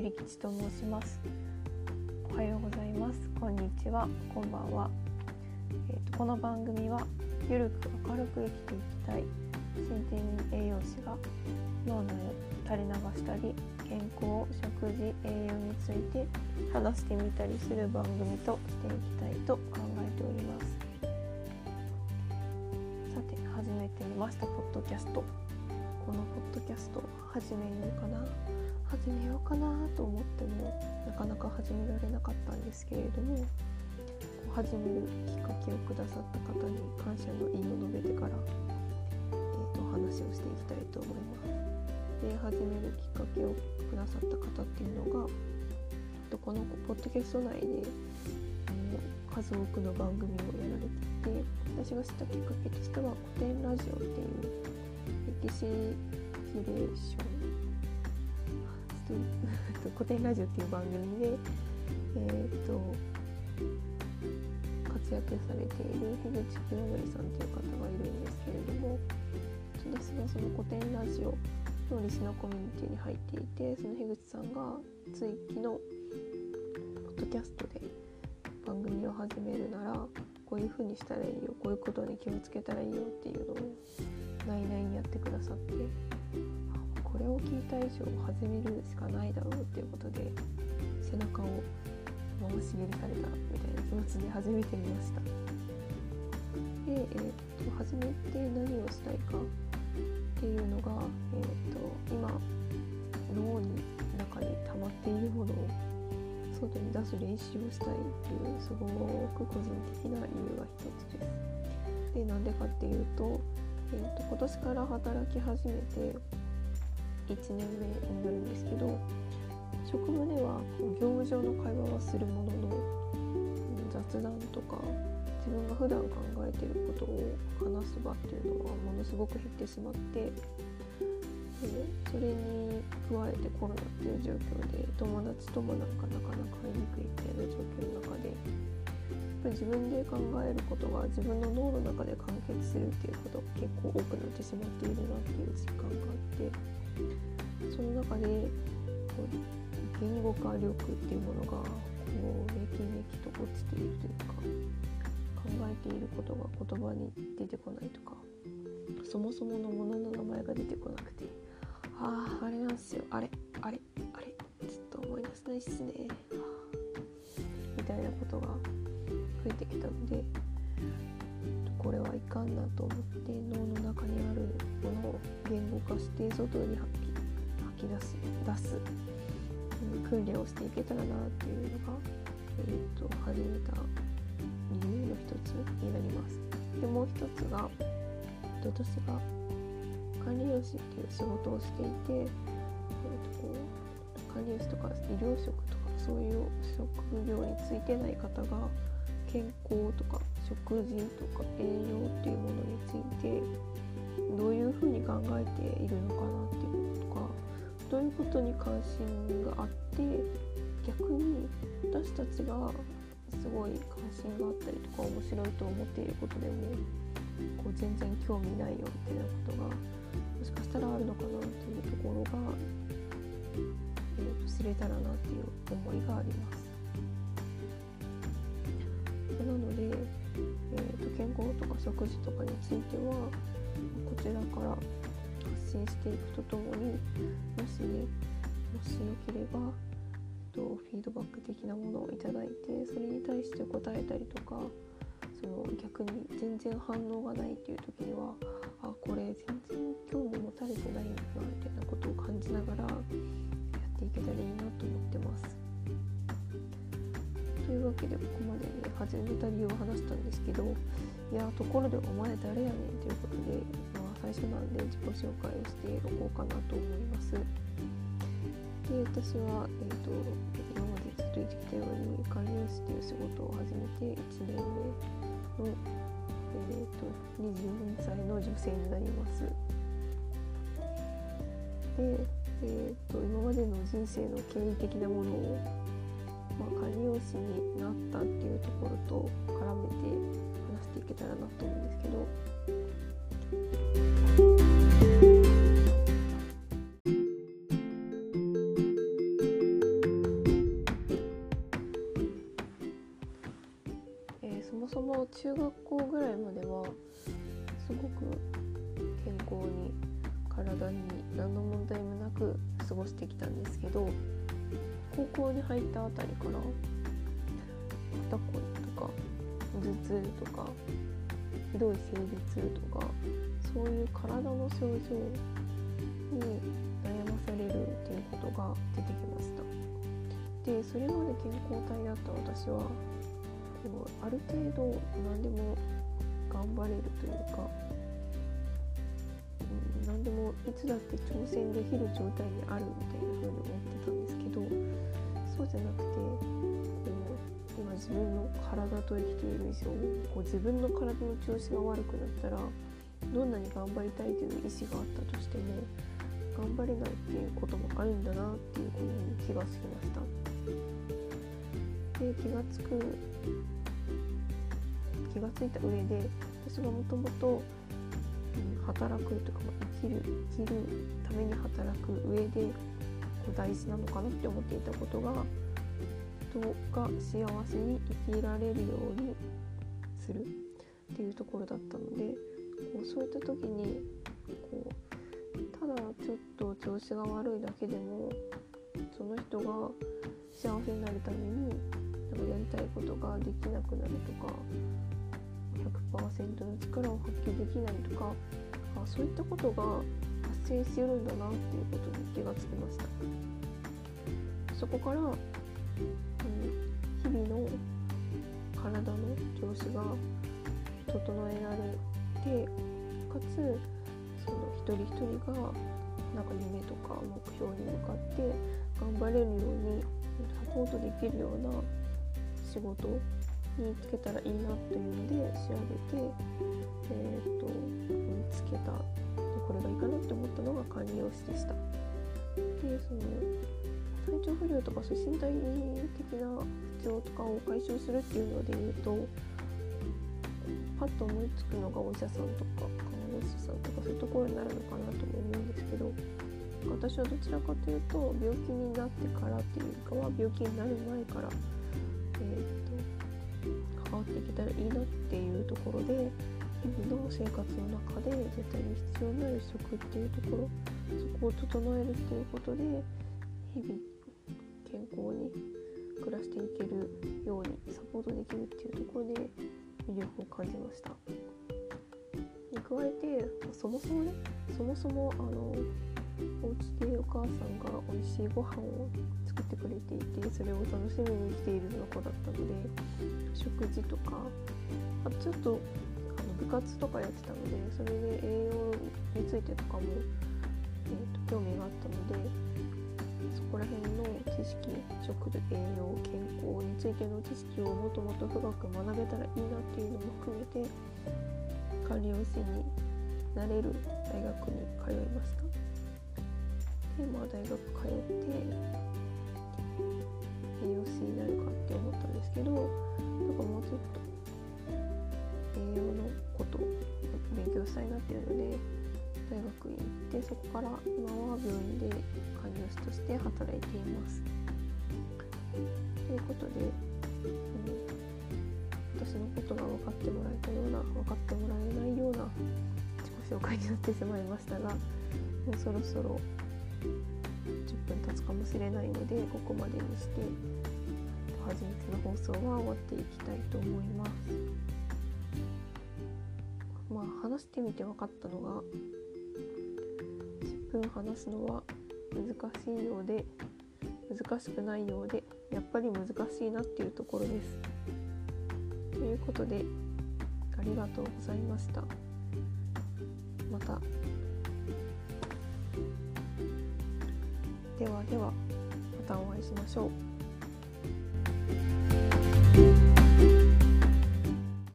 りきちと申します。おはようございます。こんにちは。こんばんは。この番組はゆるく明るく生きていきたい新定栄養士が脳の垂れ流したり健康、食事、栄養について話してみたりする番組としていきたいと考えております。さて、始めてみましたポッドキャスト。このポッドキャスト始めようかなと思ってもなかなか始められなかったんですけれども、始めるきっかけをくださった方に感謝の意を述べてから、話をしていきたいと思います。で、始めるきっかけをくださった方っていうのが、このポッドキャスト内で数多くの番組をやられていて、私が知ったきっかけとしては古典ラジオっていう歴史キュレーション古典ラジオっていう番組で、活躍されている樋口清則さんという方がいるんですけれども、私はその古典ラジオのリスナーコミュニティに入っていて、その樋口さんがつい昨日ポッドキャストで番組を始めるならこういう風にしたらいいよ、こういうことに気をつけたらいいよっていうのを内々にやってくださって、これを聞いた以上始めるしかないだろうっていうことで背中を回し蹴りされたみたいな気持ちで始めてみました。で、始めて何をしたいかっていうのが、今脳の中に溜まっているものを外に出す練習をしたいっていうすごく個人的な理由が一つです。で、なんでかっていうと、今年から働き始めて1年目になるんですけど、職務では業務上の会話はするものの、雑談とか自分が普段考えていることを話す場っていうのはものすごく減ってしまって、それに加えてコロナっていう状況で友達ともなかなか会いにくいみたいな状況の中で、自分で考えることが自分の脳の中で完結するっていうことが結構多くなってしまっているなっていう実感があって、その中で言語化力っていうものがめきめきと落ちているというか、考えていることが言葉に出てこないとか、そもそものものの名前が出てこなくて、あれなんですよ、あれちょっと思い出せないっすねみたいなことが増えてきたので、これはいかんなと思って脳の中にあるものを言語化して外に吐き出す訓練をしていけたらなっていうのが、始めた理由の一つになります。で、もう一つが、私が管理栄養士っていう仕事をしていて、管理栄養士とか医療職とかそういう職業についてない方が健康とか食事とか栄養っていうものについてどういうふうに考えているのかなっていうこととか、どういうことに関心があって、逆に私たちがすごい関心があったりとか面白いと思っていることでも全然興味ないよみたいなことがもしかしたらあるのかなっていうところが、知れたらなっていう思いがあります。なので、健康とか食事とかについてはこちらから発信していくとともに、もしよければフィードバック的なものをいただいて、それに対して答えたりとか、逆に全然反応がないっていう時には、これ全然興味持たれてないんだなみたいなことを感じながらやっていけたらいいなと思ってます。というわけで、ここまでね始めた理由を話したんですけど、ところでお前誰やねんということで、最初なんで自己紹介をしておこうかなと思います。で、私は、今までずっと言ってきたように管理栄養士という仕事を始めて1年目の、24歳の女性になります。で、今までの人生の経緯的なものを、管理栄養士になったっていうところと絡めて話していけたらなと思うんですけど、 そもそも中学校ぐらいまではすごく健康に体に何の問題もなく過ごしてきたんですけど、高校に入ったあたりから肩こりとか頭痛とかひどい生理痛とかそういう体の症状に悩まされるっていうことが出てきました。で、それまで健康体だった私はある程度何でも頑張れるというか、何でもいつだって挑戦できる状態にあるみたいな風に思ってたんですけど、そうじゃなくて今自分の体と生きている以上自分の体の調子が悪くなったらどんなに頑張りたいという意思があったとしても頑張れないっていうこともあるんだなっていうことに気がつきました。で、気がついた上で私がもともと働くとか生きるために働く上で大事なのかなって思っていたことが人が幸せに生きられるようにするっていうところだったので、そういった時にただちょっと調子が悪いだけでもその人が幸せになるためにやりたいことができなくなるとか 100% の力を発揮できないとか、そういったことが発生しているんだなっていうことに気がつきました。そこから日々の体の調子が整えられて、かつその一人一人が夢とか目標に向かって頑張れるようにサポートできるような仕事につけたらいいなというので調べて、見つけたこれがいいかなって思ったのが管理栄養士でした。で、その体調不良とかそういう身体的な不調とかを解消するっていうのでいうと、パッと思いつくのがお医者さんとか看護師さんとかそういうところになるのかなとも思うんですけど、私はどちらかというと病気になってからっていうかは病気になる前から関わっていけたらいいなっていうところで、日々の生活の中で絶対に必要になる食っていうところ、そこを整えるっていうことで日々健康に暮らしていけるようにサポートできるっていうところで魅力を感じました。に加えてそもそもお家でお母さんが美味しいご飯を作ってくれていて、それを楽しみにしているような子だったので、食事とかあとちょっと部活とかやってたので、それで栄養についてとかも、興味があったので、そこら辺の知識、食で栄養、健康についての知識をもっともっと深く学べたらいいなっていうのも含めて管理栄養士になれる大学に通いました。で、大学通って栄養士になるかって思ったんですけど、もうちょっと栄養のことを勉強したいなっていうので大学に行って、そこから今は病院で看護師として働いています。ということで、私のことが分かってもらえたような分かってもらえないような自己紹介になってしまいましたが、もうそろそろ10分経つかもしれないのでここまでにして初めての放送は終わっていきたいと思います。話してみて分かったのが、10分話すのは難しいようで難しくないようでやっぱり難しいなっていうところです。ということでありがとうございました。またではまたお会いしましょう。